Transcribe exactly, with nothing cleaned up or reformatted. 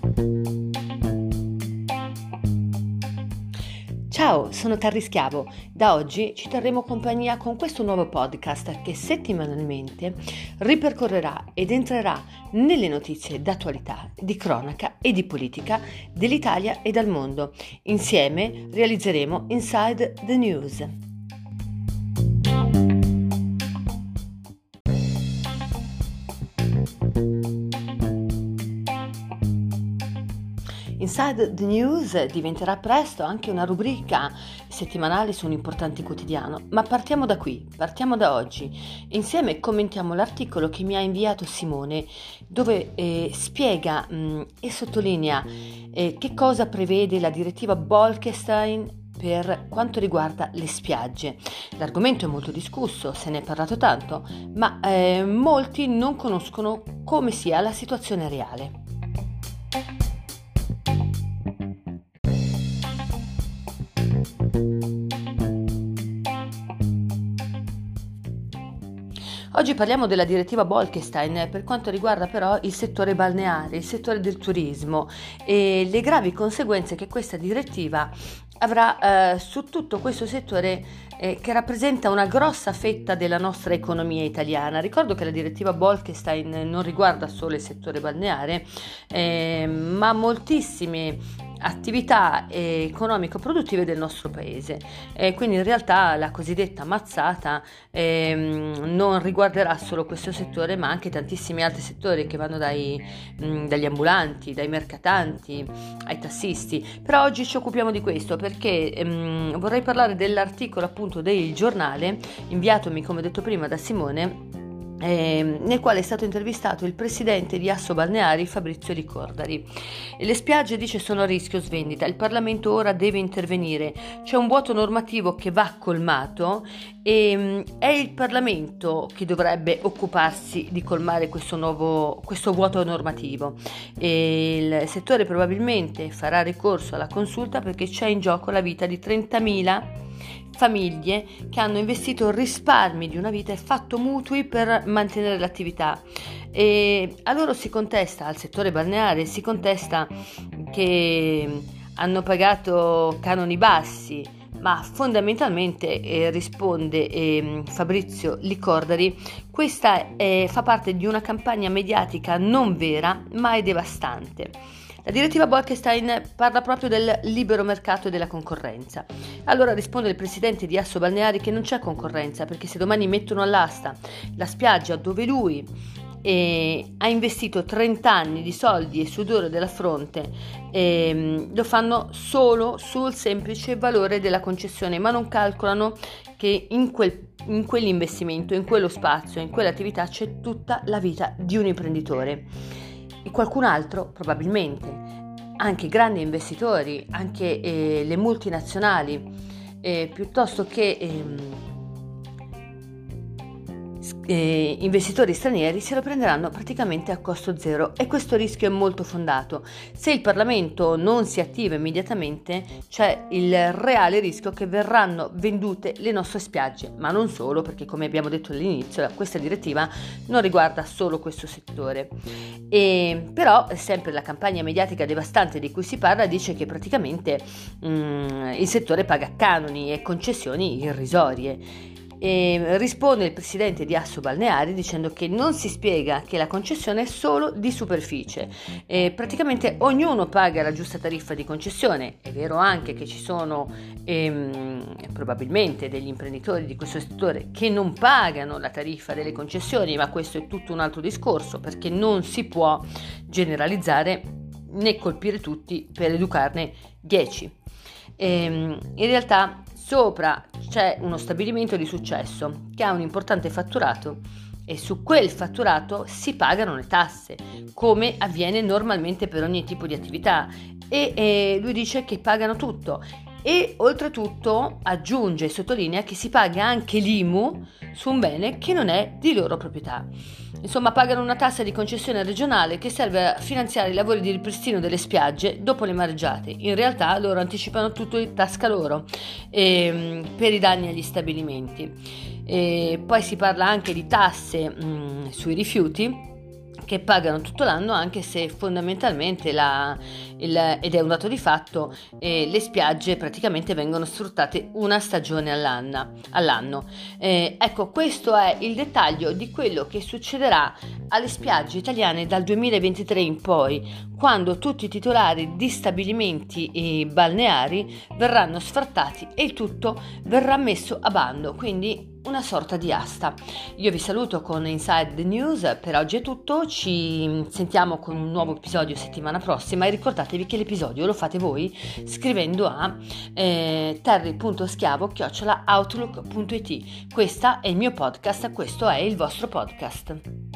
Ciao, sono Terry Schiavo. Da oggi ci terremo compagnia con questo nuovo podcast che settimanalmente ripercorrerà ed entrerà nelle notizie d'attualità, di cronaca e di politica dell'Italia e dal mondo. Insieme realizzeremo Inside the News. Inside the News diventerà presto anche una rubrica settimanale su un importante quotidiano, ma partiamo da qui, partiamo da oggi. Insieme commentiamo l'articolo che mi ha inviato Simone, dove eh, spiega mh, e sottolinea eh, che cosa prevede la direttiva Bolkestein per quanto riguarda le spiagge. L'argomento è molto discusso, se ne è parlato tanto, ma eh, molti non conoscono come sia la situazione reale. Oggi parliamo della direttiva Bolkestein per quanto riguarda però il settore balneare, il settore del turismo e le gravi conseguenze che questa direttiva avrà eh, su tutto questo settore eh, che rappresenta una grossa fetta della nostra economia italiana. Ricordo che la direttiva Bolkestein non riguarda solo il settore balneare, eh, ma moltissime attività economico-produttive del nostro paese, e quindi in realtà la cosiddetta mazzata ehm, non riguarderà solo questo settore, ma anche tantissimi altri settori che vanno dai, mh, dagli ambulanti, dai mercatanti ai tassisti. Però oggi ci occupiamo di questo perché ehm, vorrei parlare dell'articolo appunto del giornale inviatomi, come detto prima, da Simone, Eh, nel quale è stato intervistato il presidente di Assobalneari, Fabrizio Licordari. Le spiagge, dice, sono a rischio svendita, il Parlamento ora deve intervenire, c'è un vuoto normativo che va colmato e mh, è il Parlamento che dovrebbe occuparsi di colmare questo nuovo questo vuoto normativo. E il settore probabilmente farà ricorso alla consulta perché c'è in gioco la vita di trentamila famiglie che hanno investito risparmi di una vita e fatto mutui per mantenere l'attività, e a loro si contesta, al settore balneare si contesta che hanno pagato canoni bassi, ma fondamentalmente eh, risponde eh, Fabrizio Licordari, questa eh, fa parte di una campagna mediatica non vera ma è devastante. La direttiva Bolkestein parla proprio del libero mercato e della concorrenza. Allora risponde il presidente di Assobalneari che non c'è concorrenza, perché se domani mettono all'asta la spiaggia dove lui eh, ha investito trenta anni di soldi e sudore della fronte, eh, lo fanno solo sul semplice valore della concessione, ma non calcolano che in, quel, in quell'investimento, in quello spazio, in quell'attività c'è tutta la vita di un imprenditore. E qualcun altro, probabilmente, anche grandi investitori, anche eh, le multinazionali, eh, piuttosto che ehm, eh, investitori stranieri, se lo prenderanno praticamente a costo zero, e questo rischio è molto fondato. Se il Parlamento non si attiva immediatamente, c'è il reale rischio che verranno vendute le nostre spiagge, ma non solo, perché come abbiamo detto all'inizio questa direttiva non riguarda solo questo settore. E però sempre la campagna mediatica devastante di cui si parla dice che praticamente mh, il settore paga canoni e concessioni irrisorie. E risponde il presidente di Assobalneari dicendo che non si spiega che la concessione è solo di superficie, e praticamente ognuno paga la giusta tariffa di concessione. È vero anche che ci sono ehm, probabilmente degli imprenditori di questo settore che non pagano la tariffa delle concessioni, ma questo è tutto un altro discorso, perché non si può generalizzare né colpire tutti per educarne dieci. Ehm, in realtà sopra c'è uno stabilimento di successo che ha un importante fatturato e su quel fatturato si pagano le tasse, come avviene normalmente per ogni tipo di attività, e, e lui dice che pagano tutto. E oltretutto aggiunge e sottolinea che si paga anche l'I M U su un bene che non è di loro proprietà. Insomma, pagano una tassa di concessione regionale che serve a finanziare i lavori di ripristino delle spiagge dopo le mareggiate. In realtà loro anticipano tutto in tasca loro ehm, per i danni agli stabilimenti. E poi si parla anche di tasse mh, sui rifiuti, che pagano tutto l'anno, anche se fondamentalmente la, il, ed è un dato di fatto, eh, le spiagge praticamente vengono sfruttate una stagione all'anno. all'anno. Eh, ecco, questo è il dettaglio di quello che succederà alle spiagge italiane dal duemilaventitré in poi, quando tutti i titolari di stabilimenti e balneari verranno sfrattati e il tutto verrà messo a bando, quindi una sorta di asta. Io vi saluto con Inside the News, per oggi è tutto, ci sentiamo con un nuovo episodio settimana prossima e ricordatevi che l'episodio lo fate voi scrivendo a eh, terry punto schiavo chiocciola outlook punto it. Questa è il mio podcast, questo è il vostro podcast.